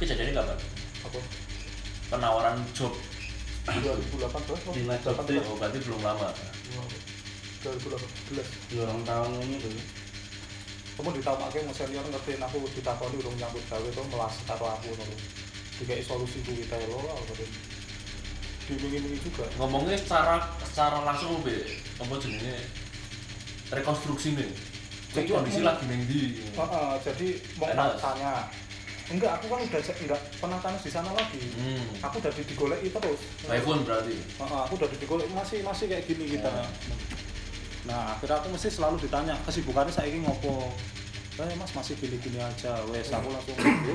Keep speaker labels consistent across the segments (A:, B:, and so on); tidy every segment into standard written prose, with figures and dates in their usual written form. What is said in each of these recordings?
A: kejadiannya kapan?
B: Apa?
A: Penawaran job
B: 2018
C: Di Microsoft.
A: oh berarti belum lama
B: 2018
C: 2 tahun ini tuh.
B: kamu ditampake mau senior ngertiin aku ditakoni urung nyambut gawe to melas karo aku ngono dikai solusi kuwi ta lho lah dimingi-mingi juga
A: ngomongnya secara langsung be apa jenenge rekonstruksi nih jadi kondisi lagi neng di
B: jadi mau tanya enggak aku kan udah enggak pernah tanis di sana lagi aku udah digoleki terus
A: iPhone berarti
B: aku udah digoleki masih kayak gini kita nah akhirnya aku mesti selalu ditanya kesibukannya saya ini ngopo mas masih gini-gini aja wes aku langsung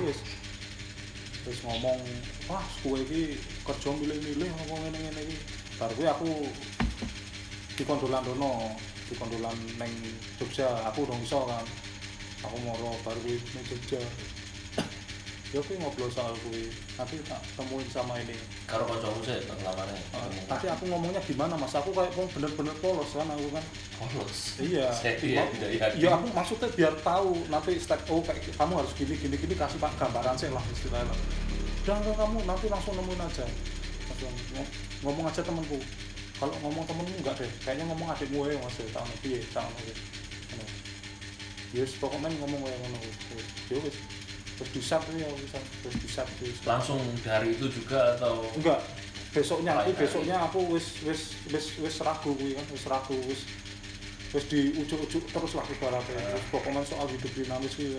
B: wes ngomong wah kowe iki kerja milih-milih ngomong ngene-ngene iki bar kuwi aku dikondolan neng Jogja aku dong iso kan aku moro bar kuwi neng Jogja ya kuwi ngobrol soal kuwi nanti tak temuin sama ini
A: karo kancamu sih lamane
B: tapi aku ngomongnya gimana mas aku kayak bener-bener polos kan aku kan
A: polos
B: iya ya aku maksudnya biar tahu nanti step kayak kamu harus gini kasih pak gambaran sih lah istilahnya udah kamu nanti langsung nemuin aja langsung ngomong aja temenku kalau ngomong temenmu enggak deh kayaknya ngomong adikmu ya mas tak ngerti ya tak ngerti yes pokoknya ngomong kayak ngono ya wis terus bisa
A: langsung dari itu juga atau
B: enggak besoknya aku wis ragu kuwi kan wis diujuk-ujuk terus lah ibaratnya pokoknya soal hidup dinamis kuwi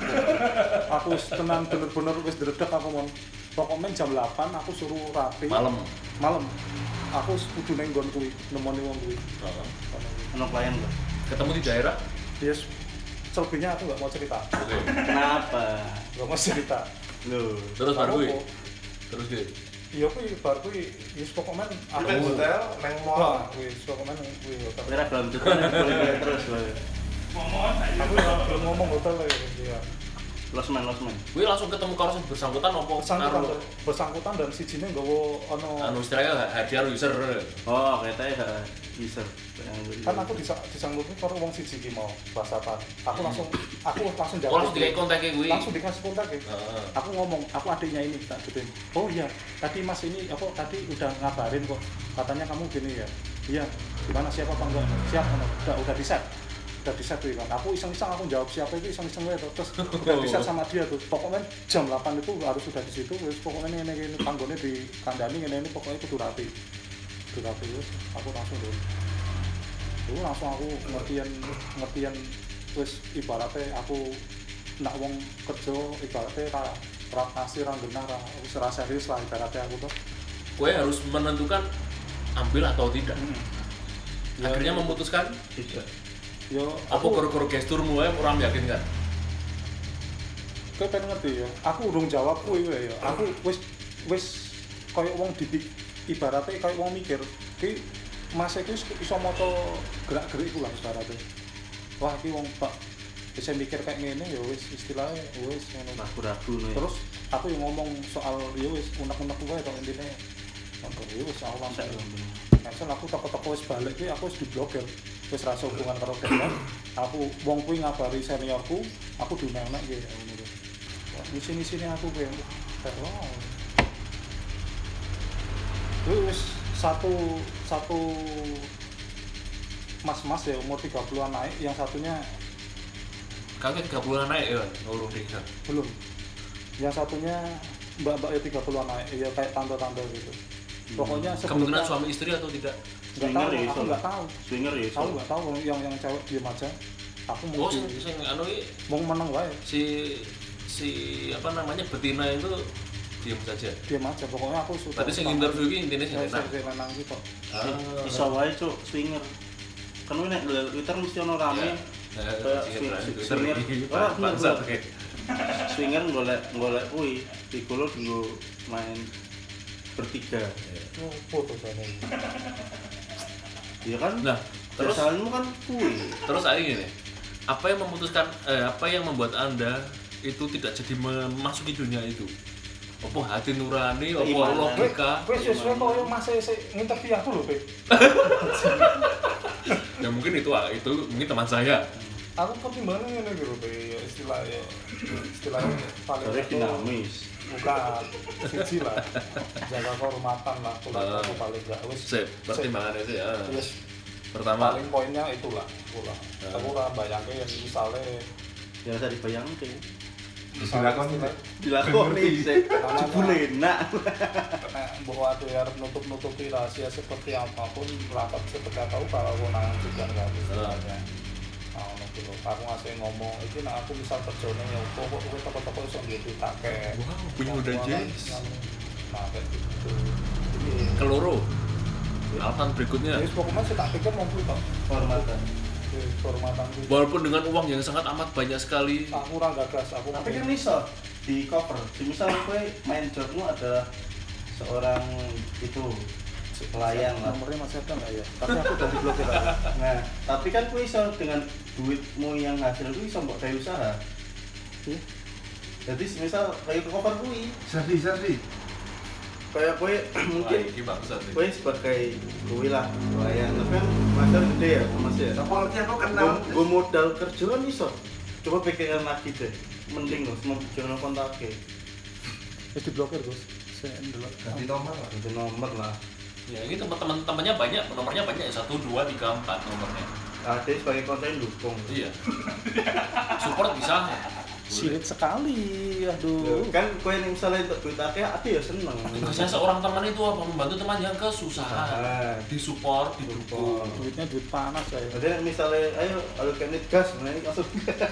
B: aku wis tenang bener-bener wis dredeg aku mon pokoknya jam 8 aku suruh rapi malam aku kudu neng nggon kuwi nemoni wong kuwi
C: Ono klien kok.
A: ketemu di daerah
B: yes selebihnya aku nggak mau cerita.
C: Kenapa?
B: Nggak mau cerita.
C: Loh.
A: Terus baru gue. Terus gue.
B: Iya kuwi bar kuwi wis pokoke
D: aku nang hotel nang mall
B: wis pokoke nang kuwi hotel.
C: Ora belum boleh terus lho.
B: Aku belum ngomong hotel ya.
C: Losman.
A: Gue langsung ketemu karo sing bersangkutan opo
B: bersangkutan dan sijine nggawa
A: anu istilahnya hadiah user.
C: Oh, katanya user.
B: Kan aku disanggupi karo wong siji ki mau bahasa apa. Aku langsung jawab.
A: Langsung dikasih kontaknya gue.
B: Langsung dikasih kontaknya. Aku ngomong, aku adiknya ini tak gituin. Oh iya, tadi Mas ini apa tadi udah ngabarin kok. Katanya kamu gini ya. Iya, gimana siapa apa enggak? Siap, udah di-set tuh kan. Aku iseng-iseng aku jawab siapa itu iseng-iseng wae terus udah di-set sama dia tuh. Pokoknya jam 8 itu harus sudah di situ. Wis pokoknya ngene panggone di kandani ngene pokoknya kudu rapi. Wis aku langsung dulu. Langsung aku ngertian wis ibaratnya aku nak wong kerja ibaratnya ra kasih ra genah ra wis ra serius lah ibaratnya aku tuh.
A: Kowe harus menentukan ambil atau tidak. Akhirnya memutuskan
C: tidak.
B: Yo
A: apa koro-koro gesturmu wae kurang yakin kan?
B: Kowe pengen ngerti ya. Aku urung jawab kuwi ya. Aku wis koyo wong didik ibaratnya koyo wong mikir. Ki Mas iki iso maca gerak-gerik ku lah ibaratnya. Wah iki wong Pak bisa mikir kayak ngene ya wis istilahnya wis ngono.
C: Ragu-ragu nih.
B: Terus aku yang ngomong soal ya wis unek-unek wae to intine. Nonton ya wis aku langsung. Langsung aku teko-teko wis balik kuwi aku wis diblokir. Wis rasa hubungan karo dia. Aku wong kuwi ngabari seniorku, aku diundang-undang nggih ngono. Wah, sini aku kuwi. Wis satu mas-mas ya umur 30-an naik, yang satunya
A: Kakek 30-an naik ya, urung nikah.
B: belum. Yang satunya mbak-mbak ya 30-an naik, ya kayak tante-tante gitu. Pokoknya
A: kemungkinan suami istri atau tidak?
B: Aku nggak tahu.
C: Swinger ya.
B: Aku nggak tahu yang cewek diam aja. Aku mau
A: sing anu iki
B: mau menang wae.
A: Si apa namanya betina itu diam saja.
B: Diam aja pokoknya aku suka.
A: Berarti sing interview iki intine sing enak.
B: Sing lanang iki kok.
C: Iso wae cuk swinger. Kan nek Twitter mesti ono rame.
A: Swinger bangsat kayak
C: swinger golek kuwi digolo dulu main bertiga.
B: Foto sana.
C: Iya kan?
A: Nah, terus
C: salahmu kan kuwi.
A: Terus aja gini. Apa yang membuat Anda itu tidak jadi memasuki dunia itu? Apa hati nurani, apa logika?
B: Wes koyo Mas nginterview aku lho, Pak.
A: Ya mungkin itu mungkin teman saya.
B: Aku pertimbangan ngene iki lho, Pak. istilahnya paling
C: Dari
B: itu
C: dinamis.
B: bukan siji lah, jaga kehormatan lah kalau aku paling enggak wis
A: Sip, pertimbangannya sih ya.
B: wis
A: Pertama,
B: paling poinnya itulah aku ora bayangke yang misalnya
C: Ya usah dibayangin.
D: Dilakoni.
C: Dilakoni sih. Jebule enak.
B: bahwa ada yang nutup-nutupi rahasia seperti apapun rapat seperti tahu kalau kewenangan juga nggak istilahnya. Aku ngasih ngomong, ini nah aku misal kerjanya ya kok toko-toko iso gitu take.
A: wow, punya udah jazz.
B: Nah, kayak gitu. Jadi
A: Keloro. Alasan berikutnya,
B: jadi pokoknya saya tak pikir mau itu
C: Kehormatan.
B: kehormatan itu.
A: walaupun dengan uang yang sangat amat banyak sekali,
B: Aku ora gagas, aku
C: Tapi kan iso di cover. Misal kowe main jobmu adalah seorang itu pelayan lah.
B: nomornya masih ada nggak ya? Tapi aku udah diblokir aja.
C: Nah, tapi kan kowe iso dengan duitmu yang hasil kuwi iso mbok gawe usaha.
B: Iya.
C: Jadi misal kayak ke cover kuwi,
D: Serdi.
C: kayak kowe mungkin
A: wah, ini bangsat nih.
C: kowe sebagai kuwi lah pelayan. Tapi kan modal gede ya Mas ya.
D: Siapa ngerti aku kenal.
C: Gue modal kerja kan iso. Coba pikirkan lagi deh. Mending loh, semua jangan kontaknya.
B: Ya diblokir Gus. Saya ndelok.
D: Ganti nomor lah.
C: Itu nomor lah.
A: Ya ini teman-temannya banyak, nomornya banyak, 1, 2, 3, 4 nomornya.
C: Ada sebagai konten dukung.
A: Iya. Support bisa.
B: Sirit sekali, aduh.
C: Kan kowe yang misalnya untuk duit akeh, ada ya seneng.
A: Tugasnya seorang teman itu apa? Membantu teman yang kesusahan, disupport, didukung.
B: Duitnya duit panas saya.
C: Jadi misalnya, ayo kalau gas, nah ini langsung.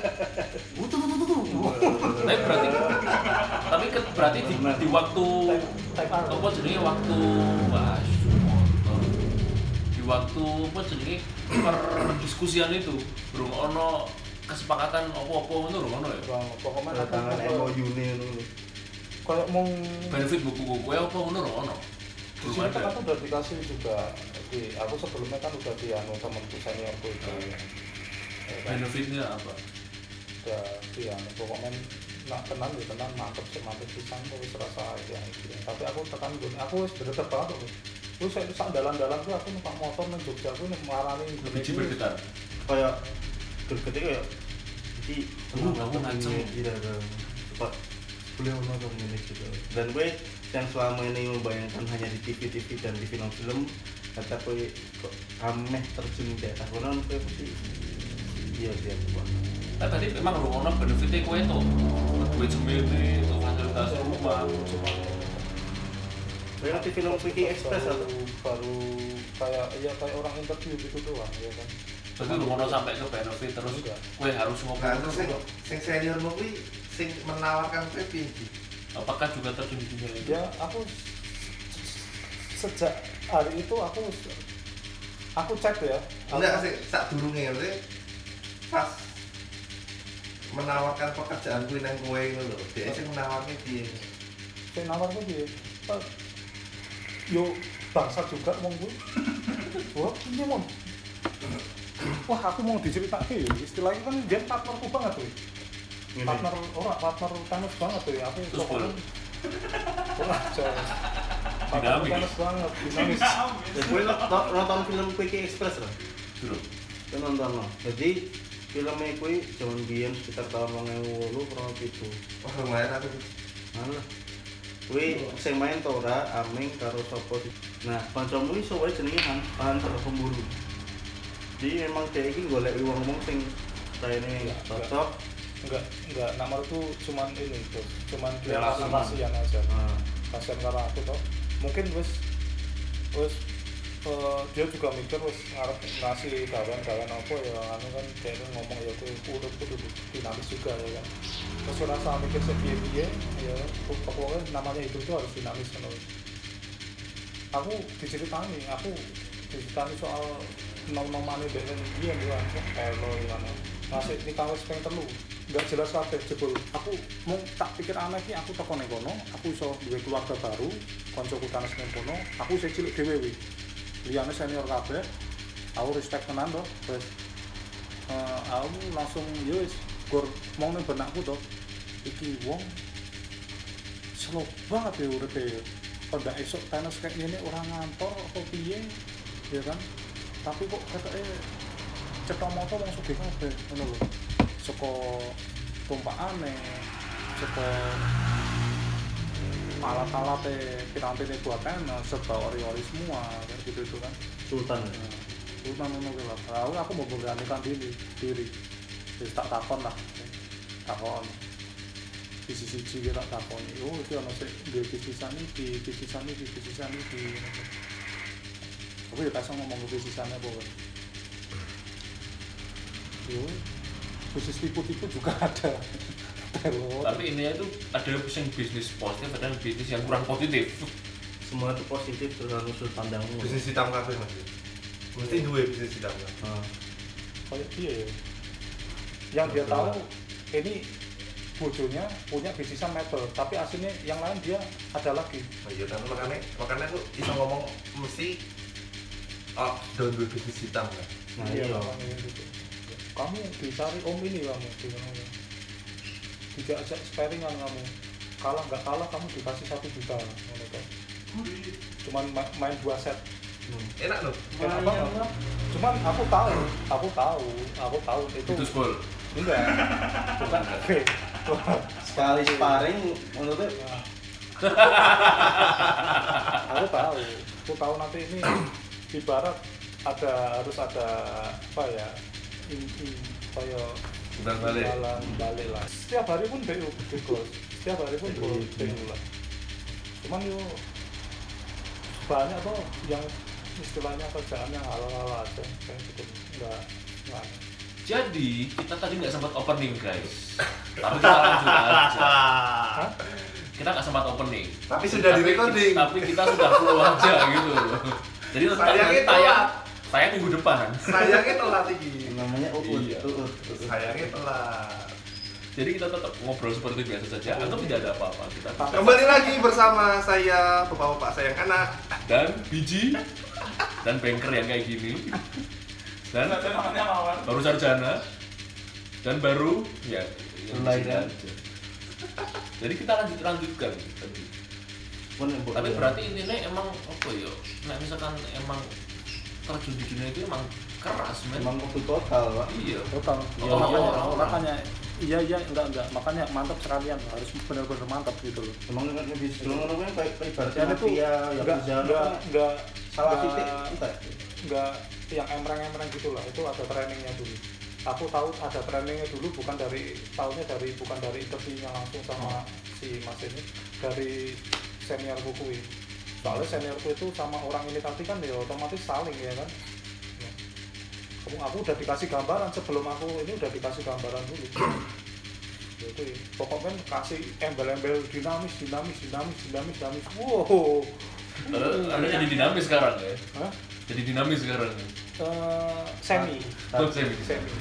A: Berarti di waktu apa jenenge waktu di waktu apa jenenge perdiskusian itu belum ono kesepakatan apa-apa ngono lho ngono ya.
B: Pokoknya
C: Ada tangan MOU nih.
B: kayak mau
A: Benefit buku-buku apa ngono lho ono.
B: di sini kan aku udah dikasih juga. Aku sebelumnya kan udah dianu temanku seniorku itu.
A: Benefitnya apa?
B: Udah dianu pokoknya nak tenang ya tenang mantep pisan tuh wis rasa ya gitu. Tapi aku tekan aku wis bener banget tuh. Terus saya sak dalan-dalan tuh aku numpak motor nang Jogja aku marani
A: Biji bergetar.
C: Kayak gede kayak jadi
A: Kamu ngancem.
C: Tidak ada. Pak boleh nonton ini gitu. Dan gue yang selama ini membayangkan hanya di TV dan di film-film, kata gue kok ameh terjun di atas konon gue pasti iya dia buat.
A: Nah, tadi memang ono benefitnya kowe tuh. Duit semene, tuh fasilitas rumah.
C: Kayak di film Wiki Express atau
B: baru kayak orang interview gitu doang ya kan.
A: Jadi ono sampai ke benefit terus
B: Enggak.
A: kowe harus
D: Nah,
A: ngobrol.
D: terus sing seniormu kuwi sing menawarkan kowe piye?
A: Apakah juga terjun di dunia itu?
B: Ya aku sejak hari itu aku cek ya.
D: Enggak sih, sak durunge ngerti. Pas menawarkan pekerjaan kuwi nang kowe ngono lho. Dia sing menawarke piye?
B: Saya nawarnya dia, yo bangsa juga mau gue. Wah ini mon. Wah aku mau diceritakan ya. Istilahnya kan dia partnerku banget tuh. Partner tenis banget tuh ya. Aku
A: Terus boleh.
B: partner
A: Dinamis.
B: tenis banget, dinamis.
C: ya gue nonton film Wiki Express lah.
A: Dulu.
C: Gue nonton loh. Jadi filmnya gue zaman biyen sekitar tahun 2008 kurang lebih itu.
D: Wah, lumayan aku.
C: Mana? Kuwi sing main Tora, Aming karo sapa. Nah, kancamu iso wae jenenge Hunter Pemburu. Jadi memang dia iki golek wong-wong sing raine cocok.
B: Enggak, nomor itu cuman ini tuh, cuman
C: Relasi.
B: kasihan aja.
C: Nah,
B: Kasihan karena aku tuh, mungkin wis dia juga mikir wis ngarep ngasih gawean apa ya anu kan dia itu ngomong ya urip kudu dinamis juga ya kan. Terus rasa mikir sepiye-piye ya pokoknya namanya hidup itu harus dinamis kan. Aku diceritani soal nom-nomane dene dia kan elo ngono. Ngasih nikah wis ping 3. Enggak jelas kabeh jebul. Aku mau tak pikir aneh iki aku teko ning kono, aku iso duwe keluarga baru, kancaku tanes ning kono, aku isih cilik dhewe wi. Liyane senior kabeh. Aku respect tenan to. Terus aku langsung yo wis gur mau ning benakku to. Iki wong slow banget ya uripe. Pada esok tenis kayak gini orang ngantor atau piye ya kan. Tapi kok katanya cetok motor wong sugih kabeh ngono lho. Saka tumpaane saka alat-alatnya pirantinya buat tenis serba ori-ori semua kayak gitu itu kan
C: Sultan.
B: Sultan ngono lah aku mau memberanikan diri terus tak takon lah takon sisi-sisi kita takon oh itu ono sik di sisisan iki aku ya kasih ngomong ke sisisannya apa kan yo bisnis tipu-tipu juga ada.
A: Tapi ini itu ada yang bisnis positif dan bisnis yang kurang positif.
C: Semua itu positif tergantung sudut pandangmu.
D: Bisnis hitam kabeh Mas. Mesti duwe bisnis hitam kan.
B: Kayak dia ya. Yang dia tahu ini bojonya punya bisnisan mebel, tapi aslinya yang lain dia ada lagi.
D: Oh iya kan makanya aku bisa ngomong mesti don't do bisnis hitam kan.
C: Nah,
B: iya
C: iya.
B: makanya gitu. Kamu dicari om ini kamu gimana? Diajak sparingan kamu. Kalah nggak kalah kamu dikasih 1 juta. Cuman main 2 set.
D: Enak loh.
B: Enak banget. Cuman aku tahu itu
C: gol.
B: enggak. Bukan fake.
C: Sekali sparring menurut aku tahu nanti ini ibarat harus ada apa ya kayak
A: Bukan balik.
B: balik lah setiap hari pun BU setiap hari pun BU lah cuman yuk banyak tuh yang istilahnya kerjaan yang halal aja kayak gitu enggak.
A: Jadi kita tadi nggak sempat opening guys, tapi kita lanjut aja. Kita nggak sempat opening.
D: Tapi sudah di recording.
A: Tapi kita sudah flow aja gitu. Jadi tayang minggu depan.
D: Sayangnya telat iki.
C: namanya
A: Iya.
D: Sayangnya telat.
A: Jadi kita tetap ngobrol seperti biasa saja. Atau tidak ada apa-apa. Kita
D: Kembali lagi bersama saya, bapak-bapak sayang anak.
A: dan biji dan banker yang kayak gini. Dan baru sarjana dan baru ya yang
C: Mulai
A: di sini
C: kan?
A: aja. Jadi kita lanjutkan tadi. Tapi berarti intinya emang apa ya? Nah misalkan emang terjun di dunia itu emang keras men.
C: emang waktu total Pak.
A: Iya.
B: Total.
A: Iya,
B: Makanya iya enggak makanya mantap sekalian harus benar-benar mantap gitu loh.
C: emang nggak bisa belum kan kayak ibaratnya
B: Dan itu
C: mafia yang
B: enggak
C: salah titik entar
B: enggak yang emreng-emreng gitu lah, itu ada trainingnya dulu. Aku tahu ada trainingnya dulu bukan dari interviewnya langsung sama si mas ini, dari seniorku kuwi. Soalnya seniorku itu sama orang ini tadi kan ya otomatis saling ya kan. Aku udah dikasih gambaran sebelum aku ini udah dikasih gambaran dulu. Itu pokoknya kasih embel-embel dinamis. Wow.
A: Anda jadi dinamis sekarang ya?
B: Hah?
A: Jadi dinamis sekarang.
B: Semi.
A: Semi.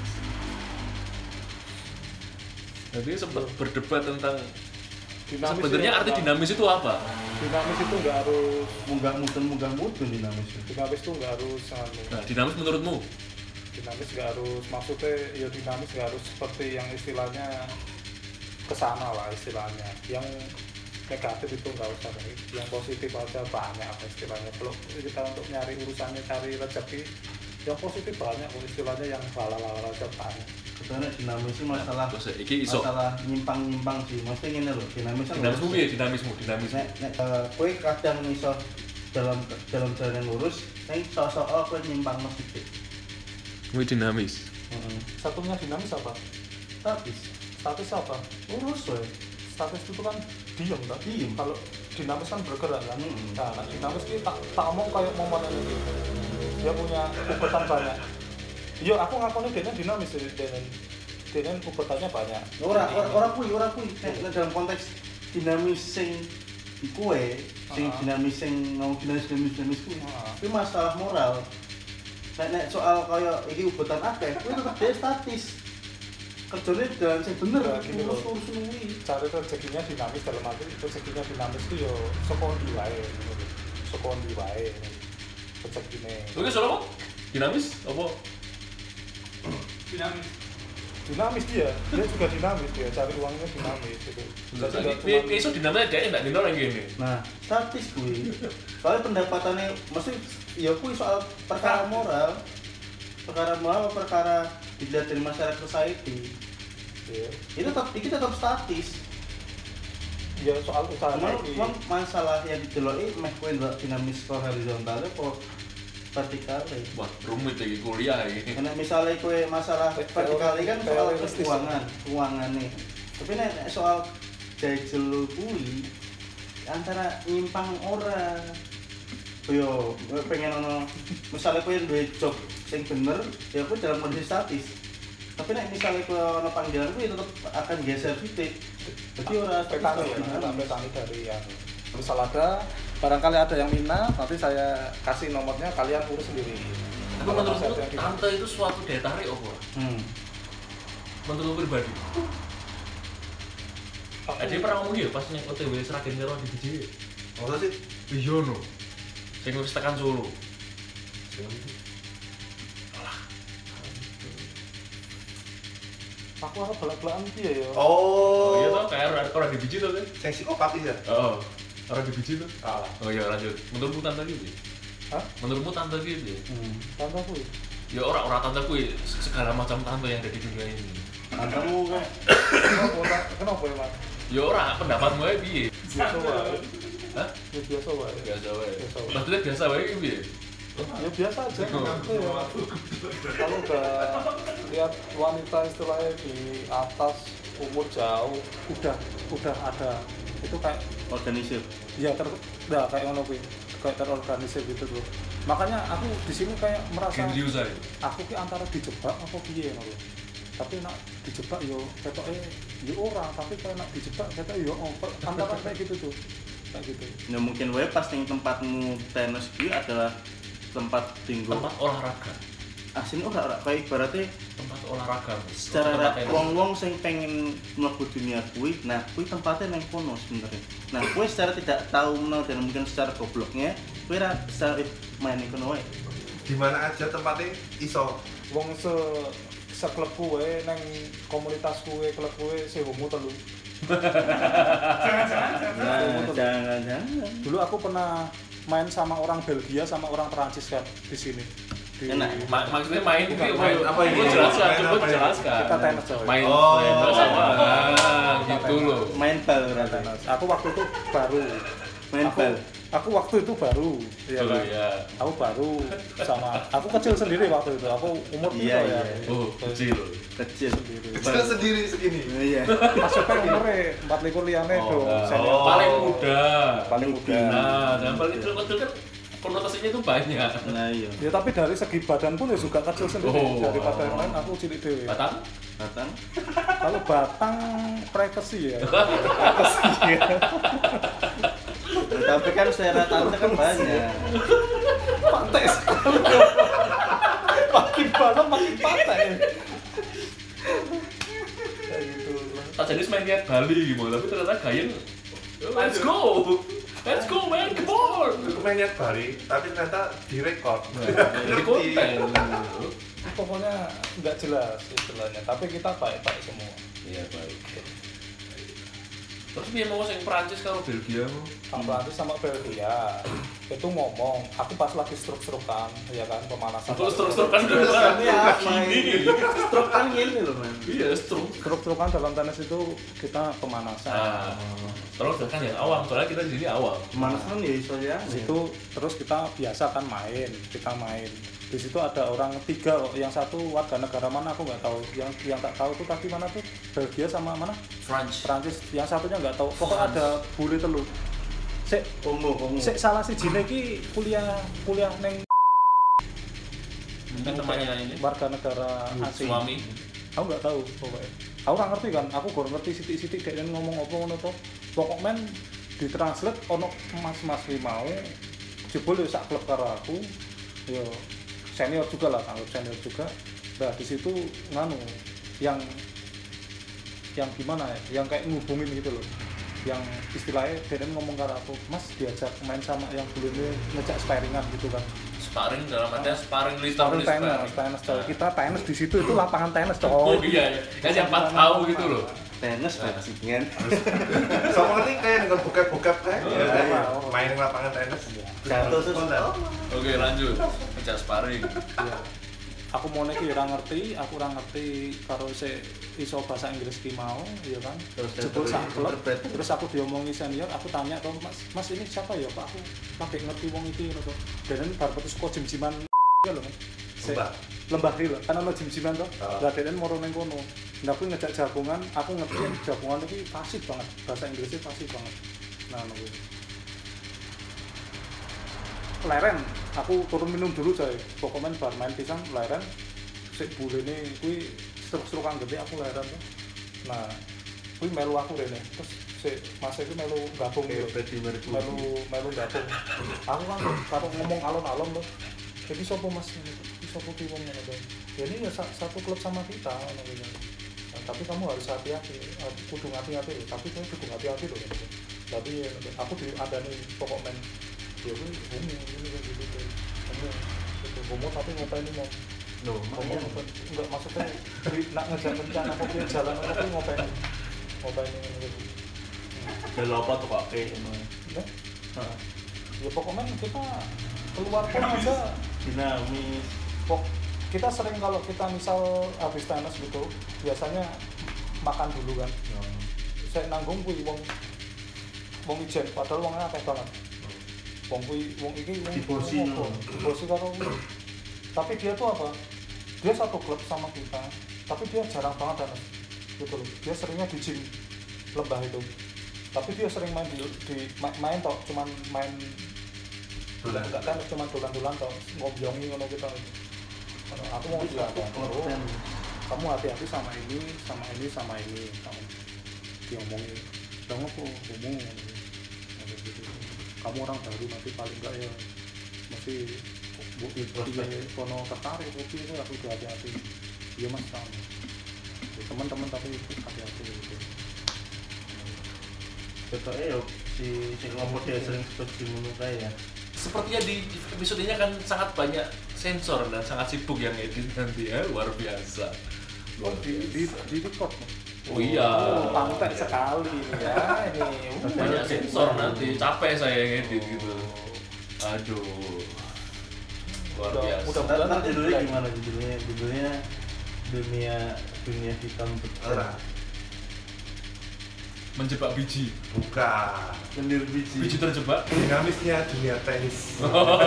A: Jadi sempat berdebat tentang
B: Dinamis
A: sebenarnya arti dinamis itu apa?
B: Dinamis itu nggak harus
C: munggah mudun dinamis itu.
B: dinamis itu nggak harus
A: Nah, dinamis menurutmu?
B: dinamis nggak harus maksudnya ya dinamis nggak harus seperti yang istilahnya kesana lah istilahnya. Yang negatif itu nggak usah, yang positif aja banyak apa istilahnya. Kalau kita untuk nyari urusannya cari rezeki, yang positif banyak istilahnya, yang halal aja banyak.
C: Sebenarnya dinamis itu masalah
A: Masalah
C: nyimpang sih. Maksudnya ngene lho,
A: dinamismu ya dinamismu.
C: Nek kowe kadang iso dalam jalan yang lurus, ning sosok kowe nyimpang sithik.
A: Kuwi dinamis.
B: Satunya dinamis apa? Statis apa?
C: Lurus wae.
B: Statis itu kan diam kan?
C: Diem.
B: Kalau dinamis kan bergerak kan?
C: Mm-hmm.
B: Nah, dinamis ini tak omong kayak momen ini. Dia punya ubetan banyak. Iya, aku ngakoni dia dinamis dia ubetannya banyak.
C: Ora kuwi. Nek dalam konteks dinamis sing kowe, sing dinamis sing mau dinamis kuwi. Itu masalah moral. Nek soal kaya iki ubetan akeh, kuwi tetep dia statis. Kerjanya jalan sing bener,
B: Gini loh.
C: urus kuwi.
B: Cari rezekinya dinamis dalam arti rezekinya dinamis itu ya sekondi wae gitu. Sekondi wae rezekine.
A: Oke, soal apa? Dinamis apa?
B: Dinamis dia juga dinamis, dia cari uangnya dinamis gitu.
A: Jadi iso dinamis dia enggak dino yang gini.
C: Nah, statis kuwi. Soalnya pendapatannya mesti ya kuwi soal perkara moral, perkara dilihat dari masyarakat society.
B: Iya.
C: Ini tetap statis.
B: Ya soal usahanya
C: Cuman masalah yang dideloki meh kowe ndelok dinamis skor horizontal apa vertikal.
A: Wah, rumit iki kuliah iki.
C: Karena misalnya kowe masalah vertikal kan soal
B: Teoretis.
C: keuangan nih. Tapi nek soal jajel kuwi antara nyimpang ora. Yo, pengen ono misalnya kowe duwe job sing bener, ya kowe dalam kondisi statis. Tapi nek misalnya kowe ono panggilan kowe tetep akan geser titik. Jadi ora
B: petani ya, petani dari yang misal ada barangkali ada yang minat, nanti saya kasih nomornya, kalian urus sendiri.
A: Tapi menurutmu tante itu suatu daya tarik apa? Menurutmu pribadi? Dia pernah ngomong ya pas ning OTW Sragen karo di BJ.
D: Masa sih?
A: Iya no. Sing wis tekan Solo.
B: Aku belak-belakan dia ya.
A: Oh, iya toh kayak orang di biji toh kan?
D: Yang psikopat ya?
A: Oh, orang di biji toh?
B: Kalah.
A: Oh iya lanjut. Menurutmu tante gitu?
B: Hah?
A: Menurutmu tante gitu?
B: Tante aku ya?
A: Ya orang tante ku segala macam tante yang ada di dunia ini.
C: Tantamu kayak
B: Kenapa ya mas?
A: Ya orang pendapatmu aja piye?
B: Biasa wae.
A: Hah?
B: Ya biasa wae.
A: Biasa wae.
B: Biasa wae.
A: Maksudnya biasa wae iki piye?
B: Ya biasa aja. Ya. Kalau udah lihat wanita istilahnya di atas umur jauh, udah ada itu kayak
C: organisir.
B: ya kayak ngono kuwi, kayak terorganisir gitu loh. Makanya aku di sini kayak merasa
A: Gendrius aja.
B: aku ki antara dijebak apa piye ngono. Tapi nak dijebak yo ketoke yo ora, tapi kalau nak dijebak ketoke yo antara kayak gitu tuh. Kayak gitu.
C: Ya mungkin wae pas ning tempatmu tenis kuwi adalah tempat tinggal
A: Tempat olahraga.
C: asing ora kayak ibaratnya
A: Tempat olahraga.
C: secara
A: Tempat
C: wong-wong sing pengen mlebu dunia kuwi, nah kuwi tempatnya nang kono sebenarnya. Nah, kuwi secara tidak tahu menau dan mungkin secara gobloknya, kuwi ra bisa main ning kono wae.
D: Di mana aja tempatnya iso.
B: Wong seklub kuwe nang komunitas kuwe, klub kuwe sewomu telu.
C: Jangan.
B: Dulu aku pernah main sama orang Belgia sama orang Perancis kan di sini.
C: Enak.
A: Maksudnya main
B: Bukan,
A: itu
B: main.
A: apa ini? Jelaskan,
D: Main
A: coba
D: apa ini?
A: jelaskan.
B: Kita tenis coy.
A: Main
D: Oh,
A: tenis sama
B: Kita
A: gitu
B: tenis.
A: loh.
C: Main bal berarti.
B: Tenis. Aku waktu itu baru.
C: Main bal.
B: Aku waktu itu baru. Iya
A: Oh
B: kan?
A: iya.
B: Aku baru sama. Aku kecil sendiri waktu itu. Aku umur
C: Iya,
B: piro ya.
C: iya.
A: Oh, kecil.
C: Kecil.
D: Kecil sendiri segini.
C: Iya.
B: Maksudnya umurnya 4 liyane
A: Oh,
B: dong.
A: nah.
B: Senior.
A: Paling muda.
B: Paling muda.
A: Nah, dan paling kecil-kecil kan konotasinya itu banyak.
C: Nah, iya.
B: Ya tapi dari segi badan pun ya juga kecil sendiri.
A: Oh.
B: Daripada yang lain aku cilik dewe.
A: Batang?
C: Batang.
B: Kalau batang privacy ya.
C: Tapi kan secara tante kan banyak.
B: Pantai sekali. Makin malam makin pantai. Kayak gitu.
A: Tak jadi main kayak Bali gitu, tapi ternyata Gayen let's go man, come on.
D: Aku main niat Bali, tapi ternyata direkod.
A: Jadi konten.
B: Pokoknya nggak jelas istilahnya. Tapi kita baik-baik semua.
A: Iya baik. Terus dia mau sing Prancis kalau Belgia mau?
B: Sama Perancis sama Belgia itu ngomong, aku pas lagi struk-strukan, ya kan pemanasan.
A: Kalau struk-struk kan gini.
C: Stroke kan gini loh, Man.
A: Iya struk.
B: Struk-strukan dalam tenis itu kita pemanasan.
A: Ah, terus kan yang awam, soalnya kita di sini awam.
C: Pemanasan ya iso ya.
B: Itu terus kita biasa kan kita main. Di situ ada orang 3, yang satu warga negara mana aku nggak tahu. Yang tak tahu tuh tadi mana tuh Belgia sama mana?
A: France.
B: Perancis. Yang satunya nggak tahu. Pokoknya ada bule telu. Sik
C: Komo.
B: Sik salah si Jine ki kuliah neng
A: Mungkin temannya ini.
B: warga negara asing.
A: Suami.
B: Aku nggak tahu pokoknya. Aku nggak ngerti kan. Aku baru ngerti sitik-sitik dia ngomong apa ngono to. Pokoknya ditranslate ono mas-mas ki mau jebul yo sak klub karo aku. Yo senior juga lah, anggap senior juga. Nah di situ nganu yang gimana ya? Yang kayak ngubungin gitu loh. Yang istilahnya dia ngomong karo aku, Mas diajak main sama yang belum ngejak sparingan gitu kan.
A: Sparring dalam artian sparring list
B: Sparring tenis coy. Kita tenis di situ itu lapangan tenis coy.
A: Oh iya, kan siapa tahu gitu loh.
C: Tenis bajingan.
D: Sama ngerti kayak dengan bokep-bokep kayak
B: Iya.
D: main di lapangan tenis.
C: Jatuh terus.
A: Oke lanjut, ngejak sparring.
B: Iya. aku mau iki ora ngerti, aku ora ngerti karo sik iso bahasa Inggris ki mau, ya kan. Jebul sak klub, terus aku diomongi senior, aku tanya to, Mas ini siapa ya Pak? Aku lagi ngerti wong iki ngono to. Denen bar putus kok jim-jiman ya lho. Lembah iki lho, kan ono jim-jiman to. Lah denen moro ning kono. Nah aku ngejak jagongan, aku ngerti jagongan iki fasih banget, bahasa Inggrisnya fasih banget. Nah ngono kuwi. Leren, aku turun minum dulu coy. Pokoknya bar main pisang leren. Sik bulene kuwi struk-strukan gede aku leren tuh. Nah, kuwi melu aku rene. Terus sik Mas iki melu gabung yo. Melu gabung. Aku kan karo ngomong alon-alon tuh. Jadi sapa Mas ini? Sapa ki wong ngono to. Ya ini ya satu klub sama kita ngono kuwi. Nah, tapi kamu harus hati-hati. Kudu hati-hati loh. Tapi kamu kudu hati-hati loh. Tapi ya, aku diadani pokok men ya gue homo ini kan gitu homo tapi ngapain ini mau homo enggak maksudnya nak ngejar rencana aku punya jalan aku ngapain ini
C: jalan apa tuh Pak
B: ya pokoknya kita keluar pun aja
C: dinamis
B: kita sering kalau kita misal habis tenis gitu biasanya makan dulu kan saya nanggung kuwi wong ijen padahal wongnya akeh banget wong iki
C: dibosi
B: karo tapi dia tuh apa? Dia satu klub sama kita, tapi dia jarang banget tenis. Gitu loh. Dia seringnya di gym lembah itu. Tapi dia sering main main tok, cuman main
D: dolan.
B: Enggak kan cuman dolan-dolan tok, ngobyongi ngono kita. Aku mau bilang, kamu hati-hati sama ini. Kamu diomongin. Kamu kok ngomong gitu. Kamu orang baru nanti paling enggak ya masih kono tertarik kopi itu aku hati-hati iya mas sama teman-teman tapi hati-hati gitu
C: betulnya ya si ngomong dia sering seperti menurut saya
A: sepertinya di episode ini kan sangat banyak sensor dan sangat sibuk yang edit nanti ya luar biasa
B: di record
A: oh iya
B: pantai sekali ya ini
A: banyak sensor nanti capek saya yang edit gitu aduh luar biasa
C: mudah-mudahan judulnya gimana judulnya dunia hitam betul
A: menjebak biji
D: Bukan.
C: menir biji
A: terjebak
D: Dinamisnya dunia tenis.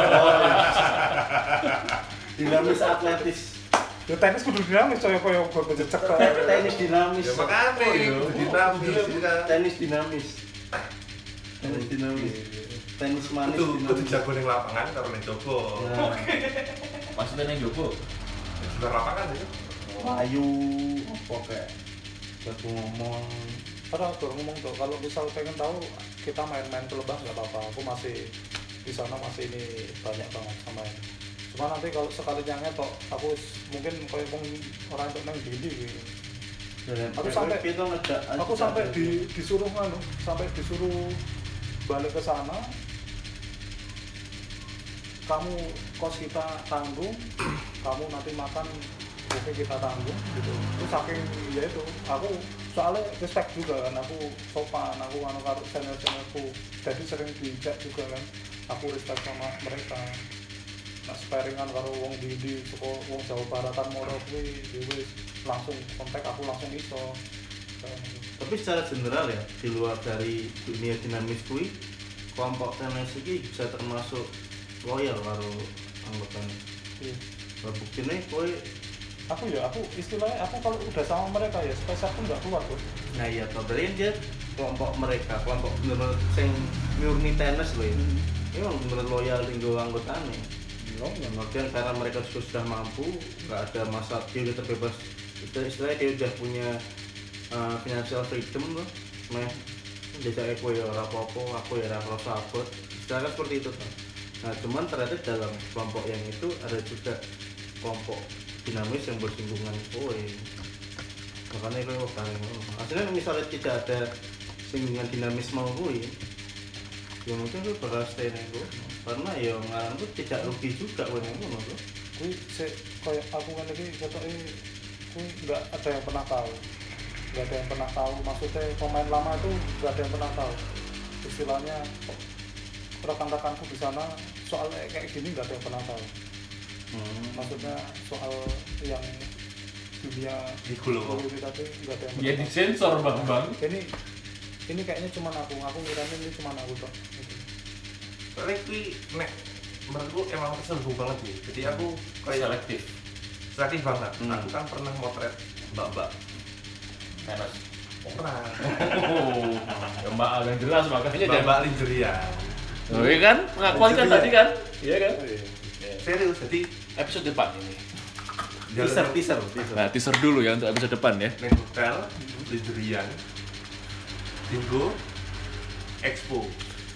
C: dinamis atletis
B: ya tenis kudu dinamis coy koyo bececek
C: tenis dinamis
D: Ya makanya itu dinamis.
C: tenis dinamis tenis manis
D: Itu jago ning lapangan karo ning jogo.
A: maksudnya yang jopo
D: Di luar lapangan itu.
C: ayu apa kayak aku ngomong
B: padahal tuh ngomong tuh kalau misal pengen tahu kita main-main ke Lebah nggak apa-apa aku masih di sana masih ini banyak banget sama ini cuma nanti kalau sekalinya ngetok aku mungkin kayak orang itu neng Dili gitu. Aku sampai disuruh balik ke sana kamu kos kita tanggung kamu nanti makan oke kita tanggung gitu itu saking ya itu aku soalnya respect juga kan aku sopan aku karo senior-seniorku jadi sering dijak juga kan aku respect sama mereka nah sparingan karo wong di wong Jawa Baratan moro kuwi wis langsung kontak aku langsung iso
C: tapi secara general ya di luar dari dunia dinamis kuwi kelompok tenis ini bisa termasuk loyal karo anggotanya
B: iya
C: buktinya kowe
B: aku istilahnya aku kalau udah sama mereka ya space aku nggak keluar bos
C: nah iya berarti dia kelompok mereka kelompok bener-bener yang murni tenis loh ini memang bener loyal tinggal anggotanya yang kemudian karena mereka sudah mampu nggak ada masalah dia udah terbebas itu istilahnya dia udah punya financial freedom loh jajak aku ya ora apa-apa aku ya ora sahabat istilahnya seperti itu nah cuman ternyata dalam kelompok yang itu ada juga kelompok dinamis yang bersinggungan kowe makanya kowe paling akhirnya misalnya tidak ada singgungan dinamis mau kowe ya mungkin kowe bakal stay nego karena ya ngarang tuh tidak rugi juga kowe ngono tuh
B: kuwi kayak aku kan iki ketoke kuwi enggak ada yang pernah tahu maksudnya pemain lama itu enggak ada yang pernah tahu istilahnya rekan-rekanku di sana soalnya kayak gini enggak ada yang pernah tahu Maksudnya soal yang dunia
D: Iku loh.
B: itu tadi nggak ada yang
A: Ya disensor bang.
B: ini kayaknya cuma aku ngirain ini cuma aku kok.
D: Soalnya kui nek menurutku emang terselubung banget nih. Jadi aku kayak selektif banget. Aku kan pernah motret mbak-mbak
A: Tenis.
D: pernah
A: Ya mbak agak jelas makanya
D: mbak lingerie.
A: Oh iya kan, pengakuan kan tadi kan? Iya kan?
D: Serius, jadi
A: Episode depan ini.
C: Teaser.
A: Nah, teaser dulu ya untuk episode depan ya.
D: neng hotel lingerie Tinggo Expo.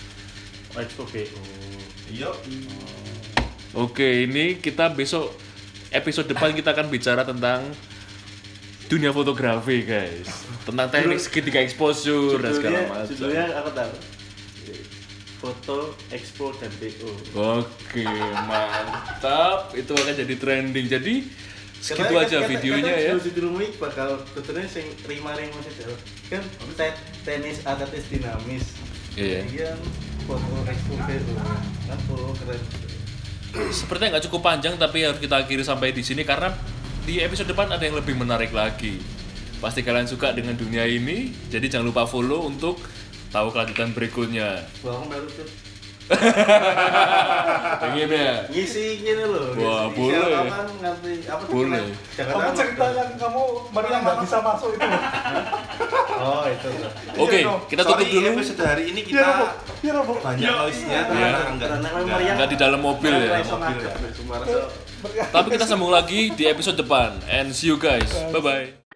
D: Iya.
A: Oke, ini kita besok episode depan kita akan bicara tentang dunia fotografi, guys. Tentang teknik segitiga exposure dan segala macam.
C: Judulnya apa tahu? Foto, Expo dan BO.
A: Oke, mantap. Itu akan jadi trending. Jadi segitu aja videonya ya.
C: Judul ini bakal betulnya sing ring-maring maksudnya kan tenis atletis dinamis.
A: Iya.
C: Iya, foto Expo BO. Kan foto keren.
A: Sepertinya nggak cukup panjang tapi harus kita akhiri sampai di sini karena di episode depan ada yang lebih menarik lagi. Pasti kalian suka dengan dunia ini, jadi jangan lupa follow untuk tahu kelanjutan berikutnya.
C: Wah, aku melu tuh.
A: Pengen ya?
C: Ngisi gini loh.
A: Wah,
C: ngisi
A: boleh.
C: Apa ngerti apa tuh?
A: Boleh.
B: Kamu cerita yang kamu Maria nggak bisa masuk itu.
C: Oh, itu.
A: Oke, kita tutup
D: Sorry,
A: dulu.
D: episode hari ini kita banyak noise-nya
C: Karena
D: enggak.
C: memang Maria
A: Nggak di dalam mobil ya.
C: Mobil ya.
A: Tapi kita sambung lagi di episode depan. And see you guys. Bye bye.